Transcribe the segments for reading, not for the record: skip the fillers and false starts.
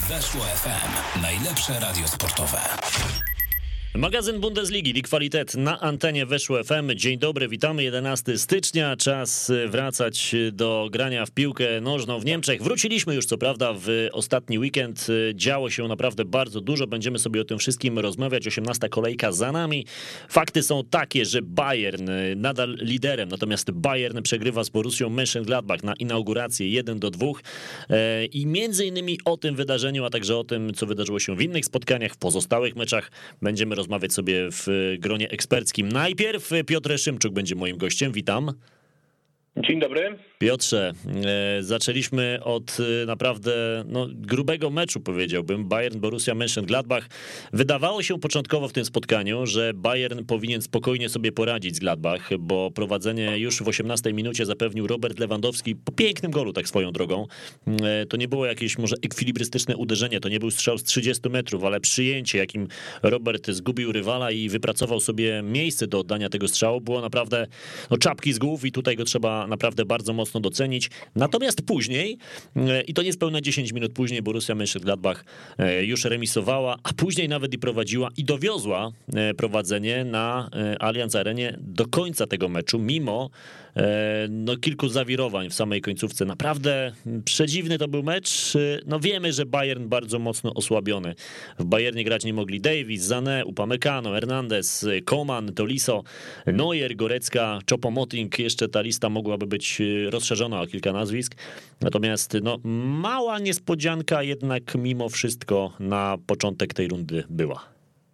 Weszło FM. Najlepsze radio sportowe. Magazyn Bundesligi, Die Qualität na antenie Weszło FM. Dzień dobry, witamy, 11 stycznia. Czas wracać do grania w piłkę nożną w Niemczech. Wróciliśmy już co prawda w ostatni weekend. Działo się naprawdę bardzo dużo. Będziemy sobie o tym wszystkim rozmawiać. 18 kolejka za nami. Fakty są takie, że Bayern nadal liderem, natomiast Bayern przegrywa z Borussią Mönchengladbach na inaugurację 1-2. I między innymi o tym wydarzeniu, a także o tym, co wydarzyło się w innych spotkaniach, w pozostałych meczach będziemy rozmawiać sobie w gronie eksperckim. Najpierw Piotr Szymczuk będzie moim gościem. Witam. Dzień dobry. Piotrze, zaczęliśmy od naprawdę grubego meczu, powiedziałbym. Bayern, Borussia Mönchengladbach. Wydawało się początkowo w tym spotkaniu, że Bayern powinien spokojnie sobie poradzić z Gladbach, bo prowadzenie już w 18 minucie zapewnił Robert Lewandowski po pięknym golu, tak swoją drogą. To nie było jakieś może ekwilibrystyczne uderzenie, to nie był strzał z 30 metrów, ale przyjęcie, jakim Robert zgubił rywala i wypracował sobie miejsce do oddania tego strzału, było naprawdę czapki z głów i tutaj go trzeba naprawdę bardzo mocno docenić. Natomiast później, i to niespełna 10 minut później, Borussia Mönchengladbach już remisowała, a później nawet i prowadziła i dowiozła prowadzenie na Allianz Arenie do końca tego meczu, mimo kilku zawirowań w samej końcówce. Naprawdę przedziwny to był mecz. Wiemy, że Bayern bardzo mocno osłabiony. W Bayernie grać nie mogli Davies, Sané, Upamecano, Hernandez, Coman, Tolisso, Neuer, Goretzka, Choupo-Moting. Jeszcze ta lista mogłaby być rozszerzona o kilka nazwisk. Natomiast mała niespodzianka jednak mimo wszystko na początek tej rundy była.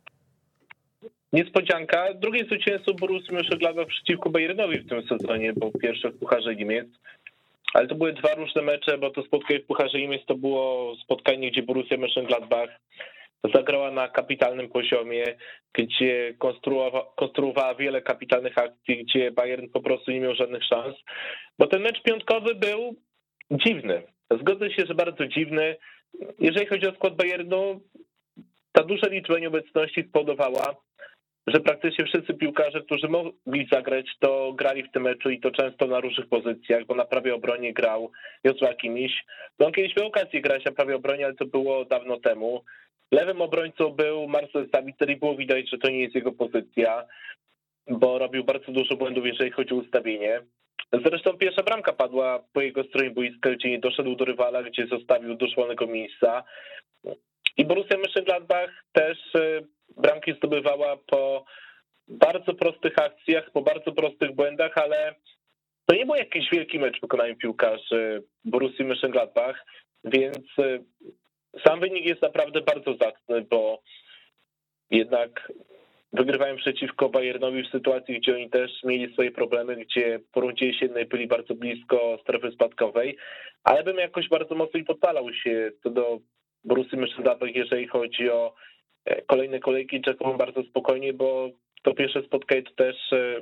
Niespodzianka. Drugie zwycięstwo Borussii Mönchengladbach przeciwko Bayernowi w tym sezonie, bo pierwsze w Pucharze Niemiec. Ale to były dwa różne mecze, bo to spotkanie w Pucharze Niemiec to było spotkanie, gdzie Borussia Mönchengladbach zagrała na kapitalnym poziomie, gdzie konstruowała wiele kapitalnych akcji, gdzie Bayern po prostu nie miał żadnych szans. Bo ten mecz piątkowy był dziwny. Zgodzę się, że bardzo dziwny. Jeżeli chodzi o skład Bayernu, ta duża liczba nieobecności spowodowała, że praktycznie wszyscy piłkarze, którzy mogli zagrać, to grali w tym meczu i to często na różnych pozycjach, bo na prawej obronie grał Joshua Kimmich. On kiedyś miał okazję grać na prawej obronie, ale to było dawno temu. Lewym obrońcą był Marcel Sabitzer i było widać, że to nie jest jego pozycja, bo robił bardzo dużo błędów, jeżeli chodzi o ustawienie. Zresztą pierwsza bramka padła po jego stronie boiska, gdzie nie doszedł do rywala, gdzie zostawił do szalonego miejsca. I Borussia Mönchengladbach też bramki zdobywała po bardzo prostych akcjach, po bardzo prostych błędach, ale to nie był jakiś wielki mecz w wykonaniu piłkarzy Borussii Mönchengladbach, więc sam wynik jest naprawdę bardzo zacny, bo jednak wygrywają przeciwko Bayernowi w sytuacji, gdzie oni też mieli swoje problemy, gdzie po rundzie jesiennej byli bardzo blisko strefy spadkowej, ale bym jakoś bardzo mocno i podpalał się co do Borussii Mönchengladbach, jeżeli chodzi o kolejne kolejki, czekam bardzo spokojnie, bo to pierwsze spotkanie to też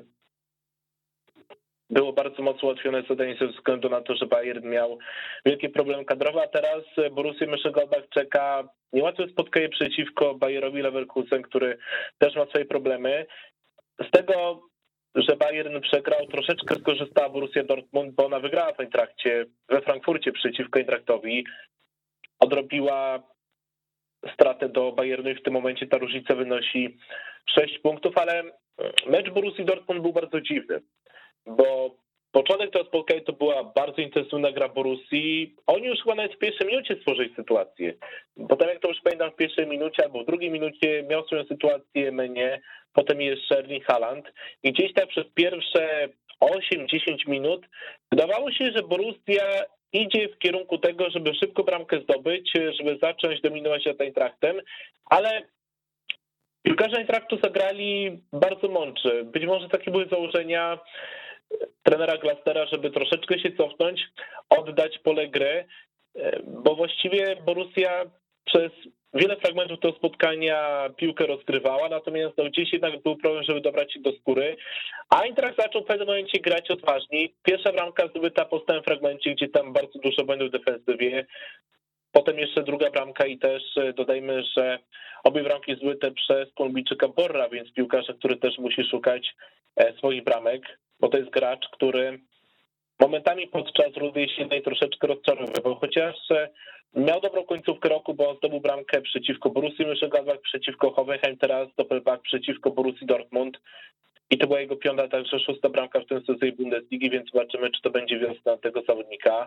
było bardzo mocno ułatwione zadanie ze względu na to, że Bayern miał wielkie problemy kadrowe, a teraz Borussia Mönchengladbach czeka niełatwe spotkanie przeciwko Bayerowi Leverkusen, który też ma swoje problemy. Z tego, że Bayern przegrał, troszeczkę skorzystała Borussia Dortmund, bo ona wygrała w Eintrachcie we Frankfurcie przeciwko Eintrachtowi, odrobiła stratę do Bayernu i w tym momencie ta różnica wynosi 6 punktów, ale mecz Borussii Dortmund był bardzo dziwny, bo początek tego spotkania to była bardzo intensywna gra Borussii. Oni już chyba nawet w pierwszej minucie stworzyli sytuację. Potem, jak to już pamiętam, w pierwszej minucie albo w drugiej minucie miał swoją sytuację Meunier, potem jest Erling Haaland i gdzieś tak przez pierwsze 8-10 minut wydawało się, że Borussia idzie w kierunku tego, żeby szybko bramkę zdobyć, żeby zacząć dominować nad Eintrachtem, ale piłkarze Eintrachtu zagrali bardzo mądrze. Być może takie były założenia trenera Glasnera, żeby troszeczkę się cofnąć, oddać pole gry, bo właściwie Borussia przez wiele fragmentów tego spotkania piłkę rozgrywała, natomiast gdzieś jednak był problem, żeby dobrać się do skóry. A Eintracht zaczął w pewnym momencie grać odważniej. Pierwsza bramka zdobyta po stałym fragmencie, gdzie tam bardzo dużo błędów w defensywie. Potem jeszcze druga bramka i też dodajmy, że obie bramki zdobyte przez Kolumbijczyka Borra, więc piłkarza, który też musi szukać swoich bramek, bo to jest gracz, który momentami podczas rundy jesiennej troszeczkę rozczarowywał, chociaż miał dobrą końcówkę roku, bo zdobył bramkę przeciwko Borussii Mönchengladbach, przeciwko Hoffenheim, teraz Doppelpack przeciwko Borussii Dortmund. I to była jego 5., także 6. bramka w tym sezonie Bundesligi, więc zobaczymy, czy to będzie wiosna tego zawodnika.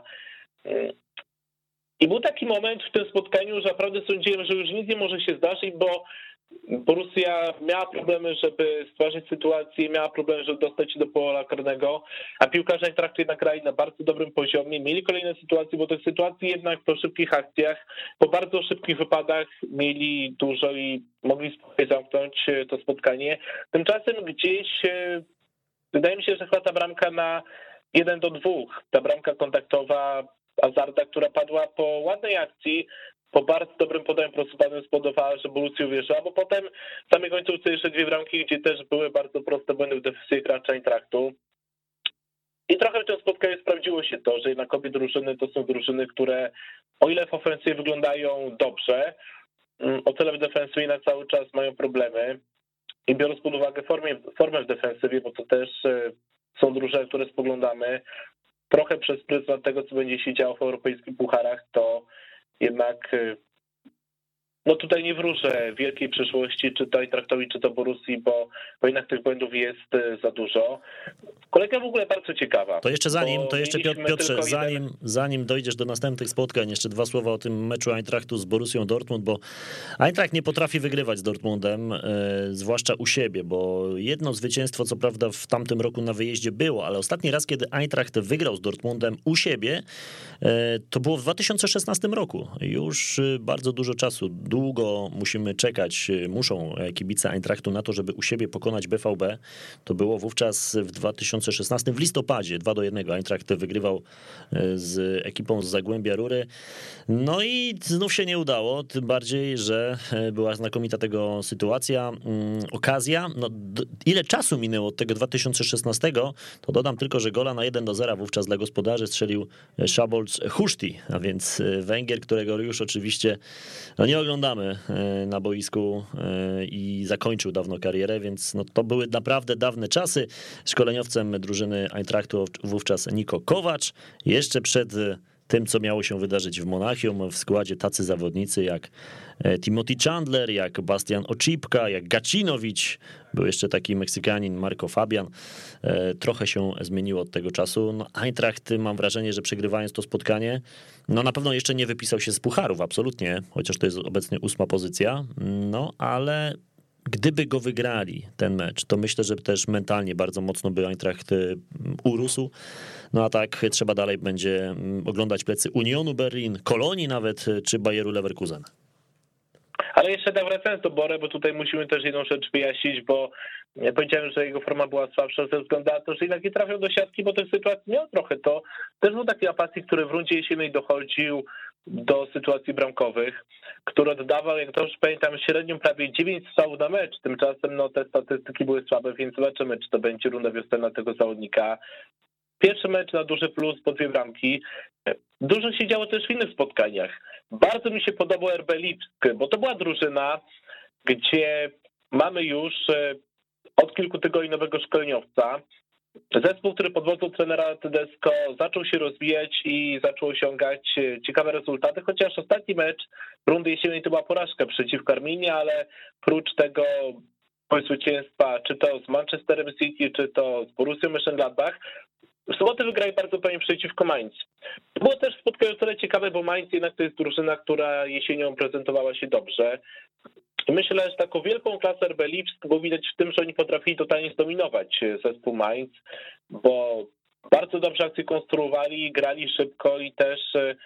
I był taki moment w tym spotkaniu, że naprawdę sądziłem, że już nic nie może się zdarzyć, bo Borussia miała problemy, żeby stworzyć sytuację, miała problemy, żeby dostać się do pola karnego, a piłkarze Eintrachtu jednak grali na bardzo dobrym poziomie, mieli kolejne sytuacje, bo tych sytuacji jednak po szybkich akcjach, po bardzo szybkich wypadach mieli dużo i mogli spokojnie zamknąć to spotkanie. Tymczasem gdzieś wydaje mi się, że chyba ta bramka na 1-2, ta bramka kontaktowa Hazarda, która padła po ładnej akcji, po bardzo dobrym podaniu prostopadłym spowodowała, że Borussia uwierzyła, bo potem w samej końcówce jeszcze 2 bramki, gdzie też były bardzo proste błędy w defensywie gracza Eintrachtu. I trochę w tym spotkaniu sprawdziło się to, że jednak obie drużyny to są drużyny, które o ile w ofensywie wyglądają dobrze, o tyle w defensywie jednak cały czas mają problemy. I biorąc pod uwagę formę w defensywie, bo to też są drużyny, które spoglądamy trochę przez pryzmat tego, co będzie się działo w europejskich pucharach, to jednak no tutaj nie wróżę wielkiej przyszłości, czy to Eintrachtowi, czy to Borussii, bo jednak tych błędów jest za dużo. Kolejka w ogóle bardzo ciekawa. To jeszcze Piotrze, zanim dojdziesz do następnych spotkań, jeszcze 2 słowa o tym meczu Eintrachtu z Borussią Dortmund, bo Eintracht nie potrafi wygrywać z Dortmundem, zwłaszcza u siebie, bo jedno zwycięstwo, co prawda w tamtym roku na wyjeździe było, ale ostatni raz, kiedy Eintracht wygrał z Dortmundem u siebie, to było w 2016 roku. Już bardzo dużo czasu, długo musimy czekać, muszą kibice Eintrachtu na to, żeby u siebie pokonać BVB. To było wówczas w 2016 w listopadzie 2-1 Eintracht wygrywał z ekipą z Zagłębia Rury. No i znów się nie udało, tym bardziej, że była znakomita tego okazja. No, ile czasu minęło od tego 2016, to dodam tylko, że gola na 1-0 wówczas dla gospodarzy strzelił Szabolcs Huszti, a więc Węgier, którego już oczywiście nie oglądamy na boisku i zakończył dawno karierę, więc to były naprawdę dawne czasy. Szkoleniowcem drużyny Eintrachtu wówczas Niko Kovač. Jeszcze przed tym, co miało się wydarzyć w Monachium, w składzie tacy zawodnicy jak Timothy Chandler, jak Bastian Oczipka, jak Gacinovic, był jeszcze taki Meksykanin Marco Fabian. Trochę się zmieniło od tego czasu. No, Eintracht, mam wrażenie, że przegrywając to spotkanie, na pewno jeszcze nie wypisał się z pucharów, absolutnie, chociaż to jest obecnie 8. pozycja, ale gdyby go wygrali, ten mecz, to myślę, że też mentalnie bardzo mocno by Eintracht urósł. A tak trzeba dalej będzie oglądać plecy Unionu Berlin, Kolonii nawet, czy Bayeru Leverkusen. Ale jeszcze tak wracając do Borę, bo tutaj musimy też jedną rzecz wyjaśnić, bo ja powiedziałem, że jego forma była słabsza ze względu na to, że jednak nie trafiał do siatki, bo tych sytuacji miał trochę. To też był taki napastnik, który w rundzie jesiennej dochodził do sytuacji bramkowych, który oddawał, jak dobrze pamiętam, średnią prawie 9 strzałów na mecz. Tymczasem te statystyki były słabe, więc zobaczymy, czy to będzie runda wiosenna tego zawodnika. Pierwszy mecz na duży plus po 2 bramki. Dużo się działo też w innych spotkaniach. Bardzo mi się podobał RB Lipsk, bo to była drużyna, gdzie mamy już od kilku tygodni nowego szkoleniowca. Zespół, który pod wodzą trenera Tedesco zaczął się rozwijać i zaczął osiągać ciekawe rezultaty, chociaż ostatni mecz rundy jesiennej to była porażka przeciwko Arminii, ale prócz tego zwycięstwa, czy to z Manchesterem City, czy to z Borussią Mönchengladbach, w sobotę wygrali bardzo fajnie przeciwko Mainz. To było też spotkanie o tyle ciekawe, bo Mainz jednak to jest drużyna, która jesienią prezentowała się dobrze. I myślę, że taką wielką klasę RB Lipsk było widać w tym, że oni potrafili totalnie zdominować zespół Mainz, bo bardzo dobrze akcje konstruowali, grali szybko i też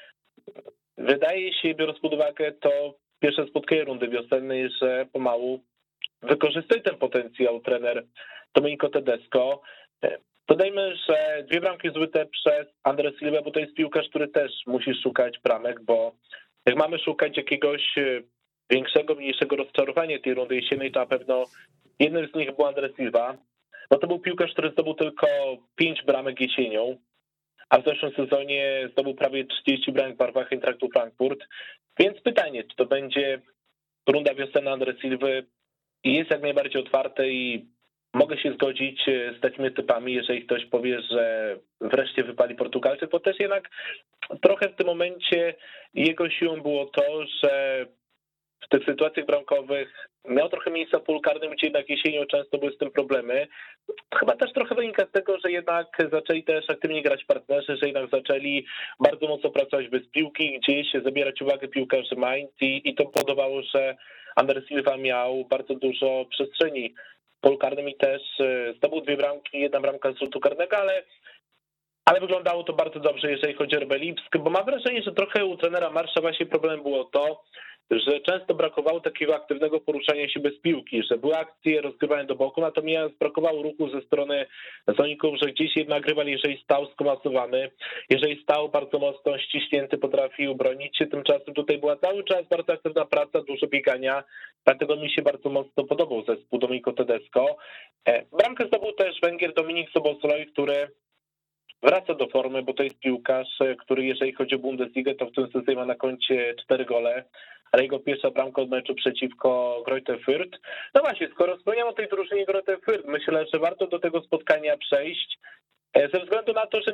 wydaje się, biorąc pod uwagę to pierwsze spotkanie rundy wiosennej, że pomału wykorzystuje ten potencjał trener Domenico Tedesco. Dodajmy, że 2 bramki zdobyte przez André Silvę, bo to jest piłkarz, który też musi szukać bramek, bo jak mamy szukać jakiegoś większego, mniejszego rozczarowania tej rundy jesiennej, to na pewno jednym z nich był André Silva. To był piłkarz, który zdobył tylko 5 bramek jesienią, a w zeszłym sezonie zdobył prawie 30 bramek w barwach Eintrachtu Frankfurt. Więc pytanie, czy to będzie runda wiosenna André Silvy, jest jak najbardziej otwarte i mogę się zgodzić z takimi typami, jeżeli ktoś powie, że wreszcie wypali Portugalczyk, bo też jednak trochę w tym momencie jego siłą było to, że w tych sytuacjach bramkowych miał trochę miejsca w polu karnym, gdzie jednak jesienią często były z tym problemy. Chyba też trochę wynika z tego, że jednak zaczęli też aktywnie grać partnerzy, że jednak zaczęli bardzo mocno pracować bez piłki, gdzieś zabierać uwagę piłkarzy Mainz i to powodowało, że Ander Silva miał bardzo dużo przestrzeni w polu karnym i też zdobył 2 bramki, 1 bramka z rzutu karnego, ale wyglądało to bardzo dobrze, jeżeli chodzi o RB Lipsk, bo mam wrażenie, że trochę u trenera Marsza właśnie problemem było to, że często brakowało takiego aktywnego poruszania się bez piłki, że były akcje rozgrywane do boku, natomiast brakowało ruchu ze strony zawodników, że gdzieś jednak rywal, jeżeli stał skomasowany, jeżeli stał bardzo mocno ściśnięty, potrafił bronić się, tymczasem tutaj była cały czas bardzo aktywna praca, dużo biegania, dlatego mi się bardzo mocno podobał zespół Domenico Tedesco. Bramkę zdobył też Węgier Dominik Szoboszlai, który wraca do formy, bo to jest piłkarz, który jeżeli chodzi o Bundesligę, to w tym sezonie ma na koncie 4 gole, ale jego pierwsza bramka od meczu przeciwko Greuther Fürth. No właśnie, skoro wspomniałem o tej drużynie Greuther Fürth, myślę, że warto do tego spotkania przejść, ze względu na to, że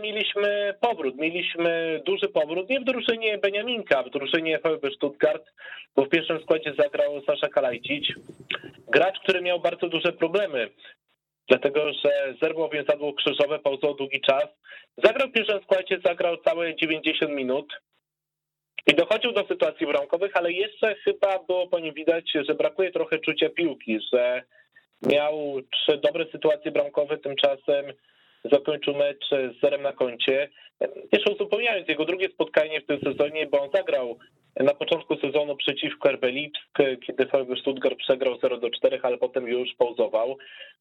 mieliśmy duży powrót, nie w drużynie Beniaminka, w drużynie VfB Stuttgart, bo w pierwszym składzie zagrał Sasza Kalajdzic, gracz, który miał bardzo duże problemy, dlatego że zerwał więzadło krzyżowe, pauzował długi czas, zagrał w pierwszym składzie, zagrał całe 90 minut i dochodził do sytuacji bramkowych, ale jeszcze chyba było po nim widać, że brakuje trochę czucia piłki, że miał 3 dobre sytuacje bramkowe, tymczasem zakończył mecz z 0 na koncie. Jeszcze uzupełniając jego drugie spotkanie w tym sezonie, bo on zagrał na początku sezonu przeciwko RB Lipsk, kiedy VfB Stuttgart przegrał 0-4, ale potem już pauzował.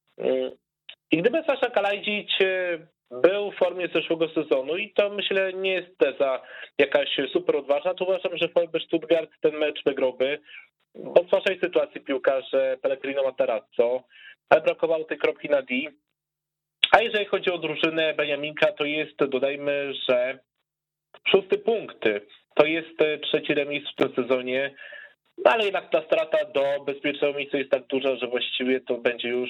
I gdyby Sasza Kalajdzic był w formie zeszłego sezonu i to myślę nie jest teza jakaś super odważna, to uważam, że VfB Stuttgart ten mecz wygrałby, bo w waszej sytuacji piłkarze Pellegrino Matarazzo, ale brakowało tej kropki na D. A jeżeli chodzi o drużynę Beniaminka, to jest, dodajmy, że 6. punkt, to jest 3. remis w tym sezonie, no ale jednak ta strata do bezpiecznego miejsca jest tak duża, że właściwie to będzie już...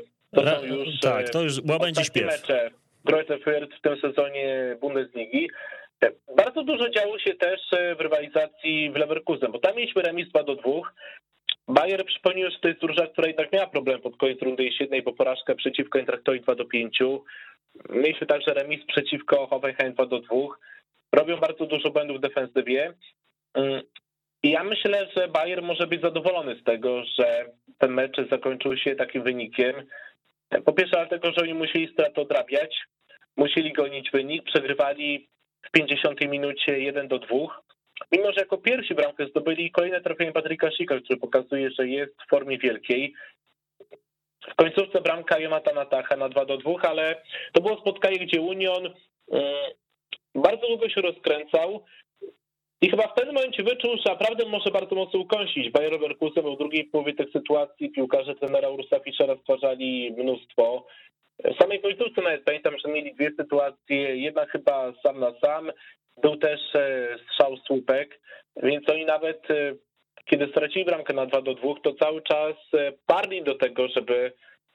To już będzie śpiew. Mecze Greuther Fürth w tym sezonie Bundesligi. Bardzo dużo działo się też w rywalizacji w Leverkusen, bo tam mieliśmy remis 2-2. Bayer, przypomniał, że to jest drużyna, która jednak miała problem pod koniec rundy jesiennej, bo porażkę przeciwko Eintrachtowi 2-5. Mieliśmy także remis przeciwko Hoffenheim 2-2. Robią bardzo dużo błędów w defensywie. I ja myślę, że Bayer może być zadowolony z tego, że ten mecz zakończył się takim wynikiem. Po pierwsze dlatego, że oni musieli stratę odrabiać, musieli gonić wynik, przegrywali w 50 minucie 1-2. Mimo że jako pierwsi bramkę zdobyli kolejne trafienie Patryka Schicka, który pokazuje, że jest w formie wielkiej. W końcówce bramka Jonathana Taha na 2-2, ale to było spotkanie, gdzie Union bardzo długo się rozkręcał i chyba w pewnym momencie wyczuł, że naprawdę może bardzo mocno ukąsić Bayer Leverkusen, bo w drugiej połowie tych sytuacji piłkarze trenera Ursa Fischera stwarzali mnóstwo. W samej końcówce nawet pamiętam, że mieli 2 sytuacje, jedna chyba sam na sam, był też strzał słupek, więc oni nawet kiedy stracili bramkę na 2-2, to cały czas parli do tego, żeby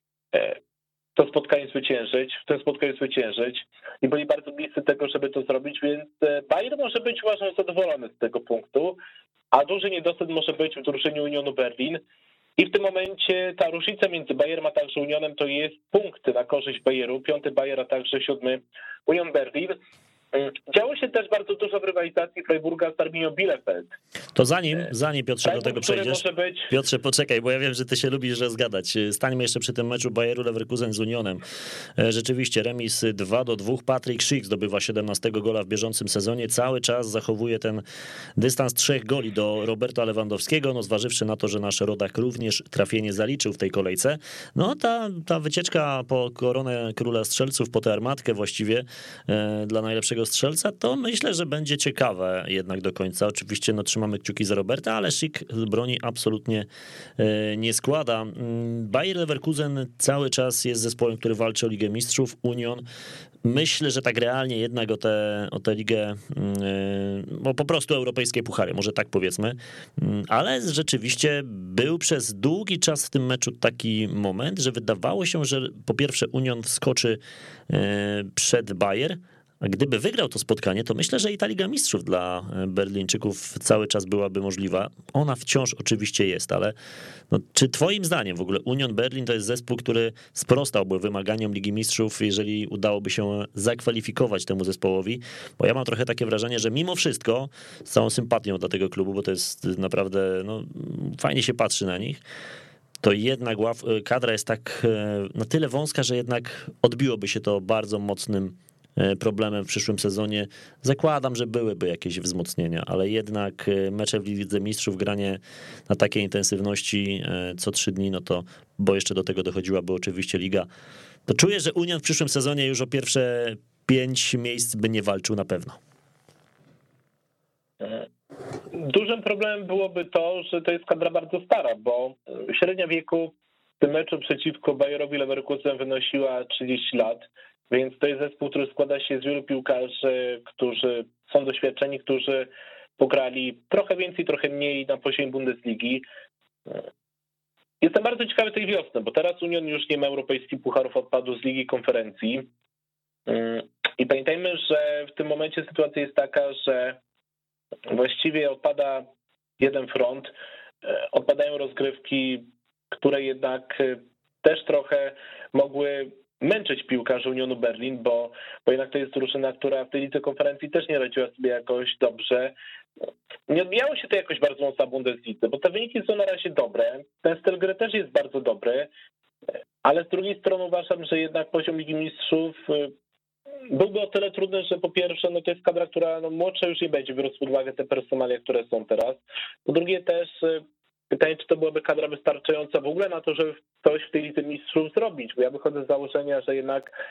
to spotkanie zwyciężyć, w tym spotkaniu zwyciężyć i byli bardzo bliscy tego, żeby to zrobić, więc Bayern może być, uważam, zadowolony z tego punktu, a duży niedosyt może być w drużynie Unionu Berlin i w tym momencie ta różnica między Bayerem a także Unionem to jest punkt na korzyść Bayeru, 5. Bayer, a także 7. Union Berlin. Działo się też bardzo dużo w rywalizacji Freiburga z Arminią Bielefeld. To zanim Piotrze do tego przejdziesz, być... Piotrze, poczekaj, bo ja wiem, że ty się lubisz rozgadać. Stańmy jeszcze przy tym meczu Bayeru Leverkusen z Unionem. Rzeczywiście remis 2-2. Patryk Schick zdobywa 17 gola w bieżącym sezonie. Cały czas zachowuje ten dystans 3 goli do Roberta Lewandowskiego, no zważywszy na to, że nasz rodak również trafienie zaliczył w tej kolejce. No ta wycieczka po koronę króla strzelców, po tę armatkę właściwie dla najlepszego najlepszego strzelca, to myślę, że będzie ciekawe jednak do końca. Oczywiście trzymamy kciuki za Roberta, ale Schick broni absolutnie nie składa. Bayer Leverkusen cały czas jest zespołem, który walczy o Ligę Mistrzów. Union myślę, że tak realnie jednak o tę ligę, bo po prostu europejskie puchary, może tak powiedzmy, ale rzeczywiście był przez długi czas w tym meczu taki moment, że wydawało się, że po pierwsze Union wskoczy przed Bayer, a gdyby wygrał to spotkanie, to myślę, że i ta Liga Mistrzów dla Berlińczyków cały czas byłaby możliwa. Ona wciąż oczywiście jest, ale czy twoim zdaniem w ogóle Union Berlin to jest zespół, który sprostałby wymaganiom Ligi Mistrzów, jeżeli udałoby się zakwalifikować temu zespołowi? Bo ja mam trochę takie wrażenie, że mimo wszystko, z całą sympatią dla tego klubu, bo to jest naprawdę, fajnie się patrzy na nich, to jednak kadra jest tak na tyle wąska, że jednak odbiłoby się to bardzo mocnym problemem w przyszłym sezonie. Zakładam, że byłyby jakieś wzmocnienia, ale jednak mecze w Lidze Mistrzów, granie na takiej intensywności co 3 dni, bo jeszcze do tego dochodziłaby oczywiście Liga, to czuję, że Union w przyszłym sezonie już o pierwsze 5 miejsc by nie walczył na pewno. Dużym problemem byłoby to, że to jest kadra bardzo stara, bo średnia wieku w tym meczu przeciwko Bayerowi Leverkusen wynosiła 30 lat, więc to jest zespół, który składa się z wielu piłkarzy, którzy są doświadczeni, którzy pograli trochę więcej, trochę mniej na poziomie Bundesligi. Jestem bardzo ciekawy tej wiosny, bo teraz Union już nie ma europejskich pucharów, odpadł z Ligi Konferencji. I pamiętajmy, że w tym momencie sytuacja jest taka, że właściwie odpada jeden front, odpadają rozgrywki, które jednak też trochę mogły męczyć piłkarzy Unionu Berlin, bo jednak to jest drużyna, która w tej Lidze Konferencji też nie radziła sobie jakoś dobrze. Nie odbijało się to jakoś bardzo mocno na Bundeslidze, bo te wyniki są na razie dobre, ten styl gry też jest bardzo dobry, ale z drugiej strony uważam, że jednak poziom Ligi Mistrzów byłby o tyle trudny, że po pierwsze, to jest kadra, która młodsza już nie będzie, biorąc pod uwagę te personalia, które są teraz. Po drugie też pytanie, czy to byłaby kadra wystarczająca w ogóle na to, żeby coś w tej Lidze Mistrzów zrobić, bo ja wychodzę z założenia, że jednak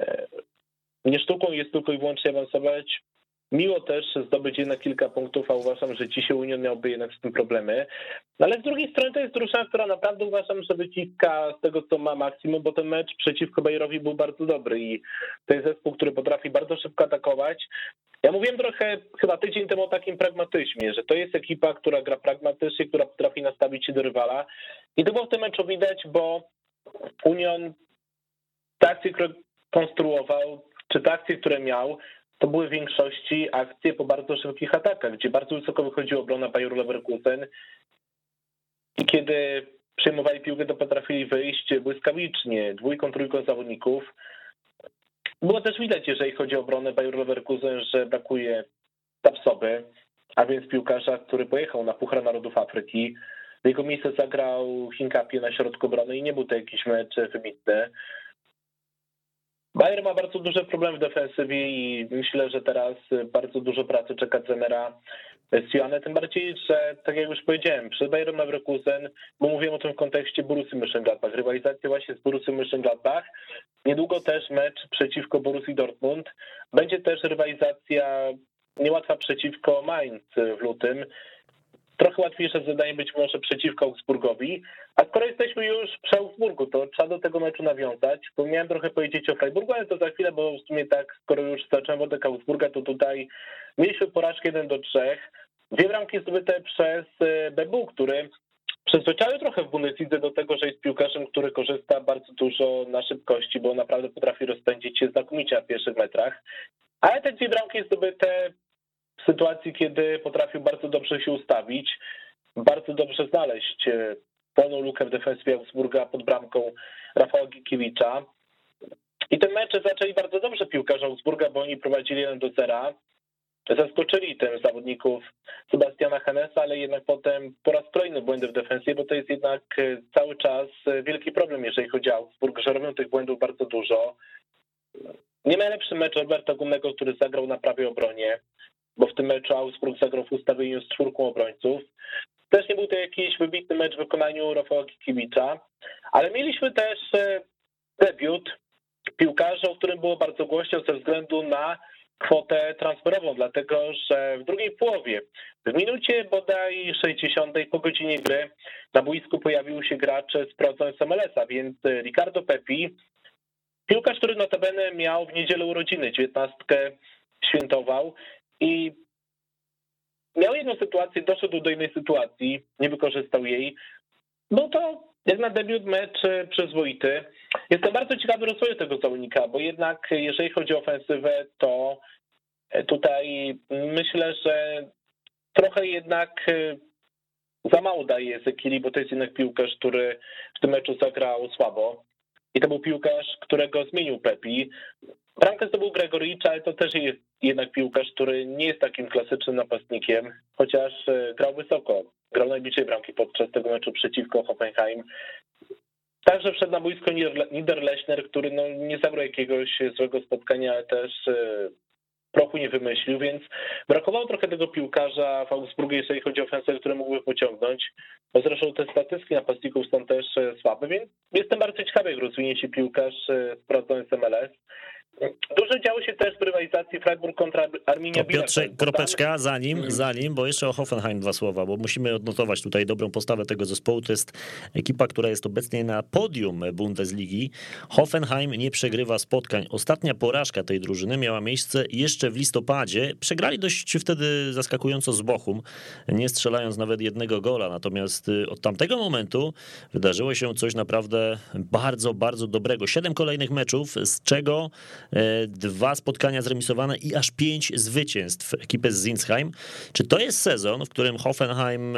nie sztuką jest tylko i wyłącznie awansować, miło też zdobyć jednak kilka punktów, a uważam, że dzisiaj Union miałby jednak z tym problemy. Ale z drugiej strony to jest drużyna, która naprawdę uważam, że wyciska z tego, co ma maksimum, bo ten mecz przeciwko Bayerowi był bardzo dobry i to jest zespół, który potrafi bardzo szybko atakować. Ja mówiłem trochę chyba tydzień temu o takim pragmatyzmie, że to jest ekipa, która gra pragmatycznie, która potrafi nastawić się do rywala i to było w tym meczu widać, bo Union te akcje, które konstruował, czy te akcje, które miał, to były w większości akcje po bardzo szybkich atakach, gdzie bardzo wysoko wychodziła obrona Bayeru Leverkusen i kiedy przejmowali piłkę, to potrafili wyjść błyskawicznie, 2-3 zawodników. Było też widać, jeżeli chodzi o obronę Bayeru Leverkusen, że brakuje Tapsoby, a więc piłkarza, który pojechał na Puchar Narodów Afryki. W jego miejsce zagrał Hinkapie na środku obrony i nie był to jakiś mecz wybitny. Bayer ma bardzo duże problemy w defensywie i myślę, że teraz bardzo dużo pracy czeka trenera Sioane, tym bardziej, że tak jak już powiedziałem, przed Bayerem Leverkusen, bo mówiłem o tym w kontekście Borussii Mönchengladbach, rywalizacja właśnie z Borussią Mönchengladbach, niedługo też mecz przeciwko Borussii Dortmund, będzie też rywalizacja niełatwa przeciwko Mainz w lutym, trochę łatwiejsze zadanie być może przeciwko Augsburgowi, a skoro jesteśmy już przy Augsburgu, to trzeba do tego meczu nawiązać, bo miałem trochę powiedzieć o Freiburgu, ale to za chwilę, bo w sumie tak, skoro już zacząłem wątek Augsburga, to tutaj mieliśmy porażkę 1-3, 2 bramki zdobyte przez Bebu, który przyzwyczaił trochę w Bundeslidze do tego, że jest piłkarzem, który korzysta bardzo dużo na szybkości, bo naprawdę potrafi rozpędzić się znakomicie na pierwszych metrach, ale te 2 bramki zdobyte w sytuacji, kiedy potrafił bardzo dobrze się ustawić, bardzo dobrze znaleźć pełną lukę w defensywie Augsburga pod bramką Rafała Gikiewicza. I te mecze zaczęli bardzo dobrze piłkarze Augsburga, bo oni prowadzili 1-0. Zaskoczyli tym zawodników Sebastiana Hennesa, ale jednak potem po raz kolejny błędy w defensywie, bo to jest jednak cały czas wielki problem, jeżeli chodzi o Augsburg, że robią tych błędów bardzo dużo. Nie najlepszy mecz Roberta Gumnego, który zagrał na prawej obronie, bo w tym meczu Augsburg zagrał w ustawieniu z 4 obrońców. Też nie był to jakiś wybitny mecz w wykonaniu Rafała Gikiewicza, ale mieliśmy też debiut piłkarza, o którym było bardzo głośno ze względu na kwotę transferową, dlatego że w drugiej połowie, w minucie bodaj 60 po godzinie gry na boisku pojawił się gracz z procent z MLS-a, więc Ricardo Pepi, piłkarz, który notabene miał w niedzielę urodziny, 19 świętował i miał jedną sytuację, doszedł do innej sytuacji, nie wykorzystał jej. Był to jak na debiut mecz przyzwoity. Jestem bardzo ciekawy rozwoju tego zawodnika, bo jednak jeżeli chodzi o ofensywę, to tutaj myślę, że trochę jednak za mało daje Ezekili, bo to jest jednak piłkarz, który w tym meczu zagrał słabo. I to był piłkarz, którego zmienił Pepi. Bramkę zdobył Gregoricz, ale to też jest jednak piłkarz, który nie jest takim klasycznym napastnikiem, chociaż grał wysoko. Grał najbliżej bramki podczas tego meczu przeciwko Hoffenheim. Także wszedł na boisko Niederlechner, który nie zabrał jakiegoś złego spotkania, ale też prochu nie wymyślił, więc brakowało trochę tego piłkarza w Augsburgu, jeżeli chodzi o ofensywę, który mógłby pociągnąć. No zresztą te statystyki napastników są też słabe, więc jestem bardzo ciekawy, jak rozwinie się piłkarz sprawdzony z MLS. Dużo działo się też w rywalizacji Freiburg kontra Arminia Bielefeld. Piotrze, kropeczka, zanim, bo jeszcze o Hoffenheim 2 słowa, bo musimy odnotować tutaj dobrą postawę tego zespołu. To jest ekipa, która jest obecnie na podium Bundesligi. Hoffenheim nie przegrywa spotkań. Ostatnia porażka tej drużyny miała miejsce jeszcze w listopadzie. Przegrali dość wtedy zaskakująco z Bochum, nie strzelając nawet jednego gola. Natomiast od tamtego momentu wydarzyło się coś naprawdę bardzo, bardzo dobrego. 7 kolejnych meczów, z czego 2 spotkania zremisowane i aż 5 zwycięstw ekipy z Sinsheim. Czy to jest sezon, w którym Hoffenheim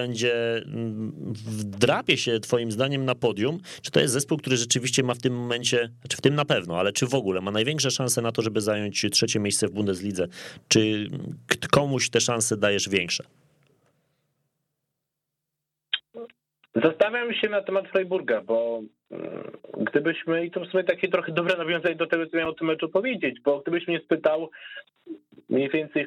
wdrapie się twoim zdaniem na podium? Czy to jest zespół, który rzeczywiście ma w tym momencie, czy w tym na pewno, ale czy w ogóle ma największe szanse na to, żeby zająć 3. miejsce w Bundeslidze? Czy komuś te szanse dajesz większe? Zastanawiam się na temat Freiburga, bo gdybyśmy, i to w sumie takie trochę dobre nawiązanie do tego, co miałem o tym meczu powiedzieć, bo gdybyś mnie spytał mniej więcej w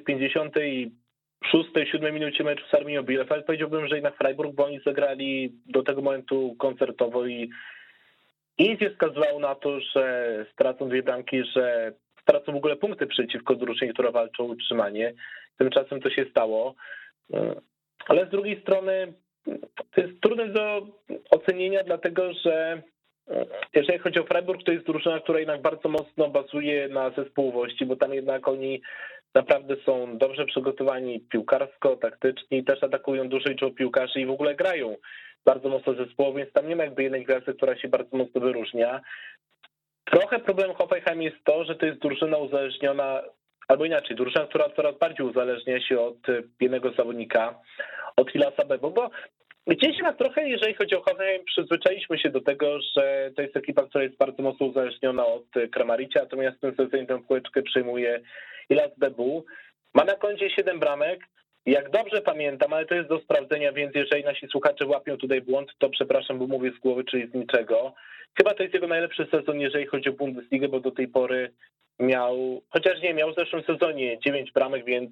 56, 7 minucie meczu z Arminią Bielefeld, powiedziałbym, że jednak Freiburg, bo oni zagrali do tego momentu koncertowo i nic nie wskazywało na to, że stracą 2 bramki, że stracą w ogóle punkty przeciwko drużynie, która walczy o utrzymanie. Tymczasem to się stało. Ale z drugiej strony to jest trudne do ocenienia, dlatego że jeżeli chodzi o Freiburg, to jest drużyna, która jednak bardzo mocno bazuje na zespołowości, bo tam jednak oni naprawdę są dobrze przygotowani piłkarsko, taktycznie i też atakują dużej liczbą piłkarzy i w ogóle grają bardzo mocno zespołowo, więc tam nie ma jakby jednej gwiazdy, która się bardzo mocno wyróżnia. Trochę problemem Hoffenheim jest to, że to jest drużyna uzależniona, albo inaczej, drużyna, która coraz bardziej uzależnia się od jednego zawodnika, od Hilasa Bebo, bo gdzieś nas trochę, jeżeli chodzi o Hoffenheim, przyzwyczailiśmy się do tego, że to jest ekipa, która jest bardzo mocno uzależniona od Kramaricia, natomiast w tym sezonie tę kółeczkę przejmuje Hilas Bebu. Ma na koncie 7 bramek, jak dobrze pamiętam, ale to jest do sprawdzenia, więc jeżeli nasi słuchacze łapią tutaj błąd, to przepraszam, bo mówię z głowy, czyli z niczego. Chyba to jest jego najlepszy sezon, jeżeli chodzi o Bundesligę, bo do tej pory miał, chociaż nie, miał w zeszłym sezonie 9 bramek, więc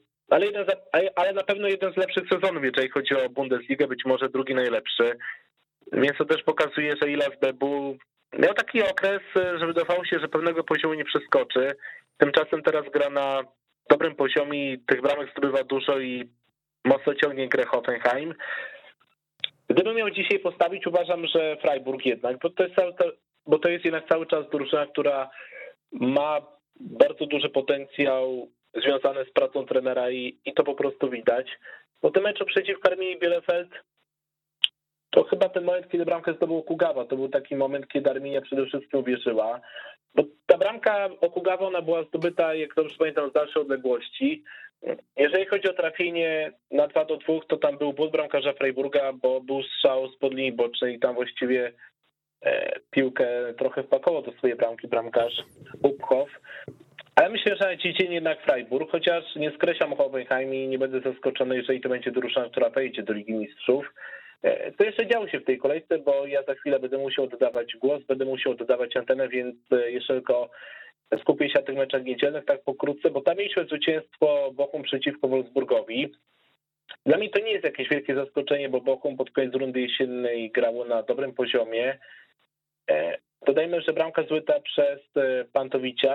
ale na pewno jeden z lepszych sezonów, jeżeli chodzi o Bundesligę, być może drugi najlepszy. Więc to też pokazuje, że Hilas Bebu miał taki okres, że wydawało się, że pewnego poziomu nie przeskoczy. Tymczasem teraz gra na dobrym poziomie, tych bramek zdobywa dużo i mocno ciągnie grę Hoffenheim. Gdybym miał dzisiaj postawić, uważam, że Freiburg jednak, bo to jest jednak cały czas drużyna, która ma bardzo duży potencjał związane z pracą trenera i to po prostu widać. Bo ten mecz przeciwko Arminii Bielefeld to chyba ten moment, kiedy bramkę zdobył Okugawa. To był taki moment, kiedy Arminia przede wszystkim uwierzyła. Bo ta bramka Okugawa, ona była zdobyta, jak dobrze pamiętam, z dalszej odległości. Jeżeli chodzi o trafienie na 2-2, to tam był błąd bramkarza Freiburga, bo był strzał spod linii bocznej i tam właściwie piłkę trochę wpakował do swojej bramki bramkarz Upchow. Ale myślę, że dziś jednak Freiburg, chociaż nie skreślam Hoffenheim i nie będę zaskoczony, jeżeli to będzie drużyna, która wejdzie do Ligi Mistrzów. To jeszcze działo się w tej kolejce, bo ja za chwilę będę musiał dodawać głos, będę musiał dodawać antenę, więc jeszcze tylko skupię się na tych meczach niedzielnych tak pokrótce, bo tam mieliśmy zwycięstwo Bochum przeciwko Wolfsburgowi. Dla mnie to nie jest jakieś wielkie zaskoczenie, bo Bochum pod koniec rundy jesiennej grało na dobrym poziomie. Dodajmy, że bramka złyta przez Pantowicia.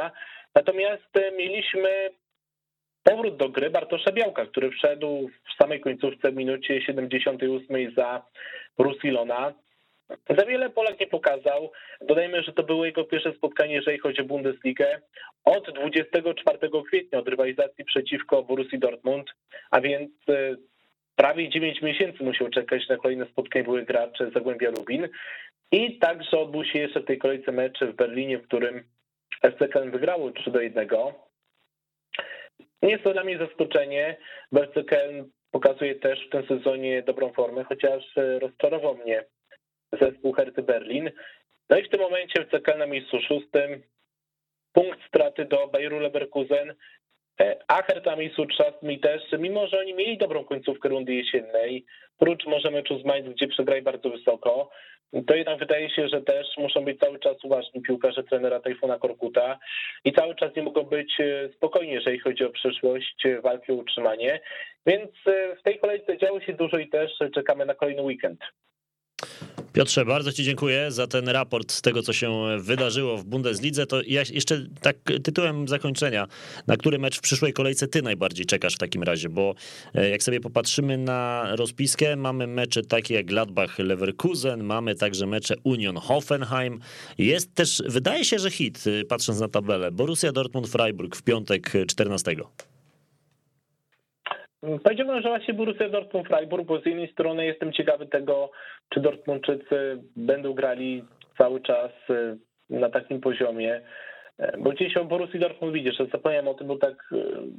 Natomiast mieliśmy powrót do gry Bartosza Białka, który wszedł w samej końcówce w minucie 78 za Rusilona. Za wiele Polak nie pokazał. Dodajmy, że to było jego pierwsze spotkanie, jeżeli chodzi o Bundesligę, od 24 kwietnia, od rywalizacji przeciwko Borussii Dortmund, a więc prawie 9 miesięcy musiał czekać na kolejne spotkanie były gracze Zagłębia Lubin. I także odbył się jeszcze w tej kolejce mecz w Berlinie, w którym FC Köln wygrało 3-1. Nie jest to dla mnie zaskoczenie, bo FC Köln pokazuje też w tym sezonie dobrą formę, chociaż rozczarował mnie zespół Herty Berlin. No i w tym momencie FC Köln na miejscu 6, punkt straty do Bayeru Leverkusen, a Herta na miejscu 3 i też, mimo że oni mieli dobrą końcówkę rundy jesiennej, prócz może meczu z Mainz, gdzie przegrali bardzo wysoko, to jednak wydaje się, że też muszą być cały czas uważni piłkarze trenera Tajfuna Korkuta i cały czas nie mogą być spokojni, jeżeli chodzi o przyszłość walki o utrzymanie. Więc w tej kolejce działo się dużo i też czekamy na kolejny weekend. Piotrze, bardzo Ci dziękuję za ten raport z tego, co się wydarzyło w Bundeslidze. To ja jeszcze tak tytułem zakończenia, na który mecz w przyszłej kolejce Ty najbardziej czekasz w takim razie, bo jak sobie popatrzymy na rozpiskę, mamy mecze takie jak Gladbach-Leverkusen, mamy także mecze Union-Hoffenheim. Jest też, wydaje się, że hit, patrząc na tabelę, Borussia Dortmund-Freiburg w piątek 14. Powiedziałbym, że właśnie Borussia Dortmund-Freiburg, bo z jednej strony jestem ciekawy tego, czy Dortmundczycy będą grali cały czas na takim poziomie, bo gdzieś o Borussii Dortmund widzisz, że zapomniałem o tym, bo tak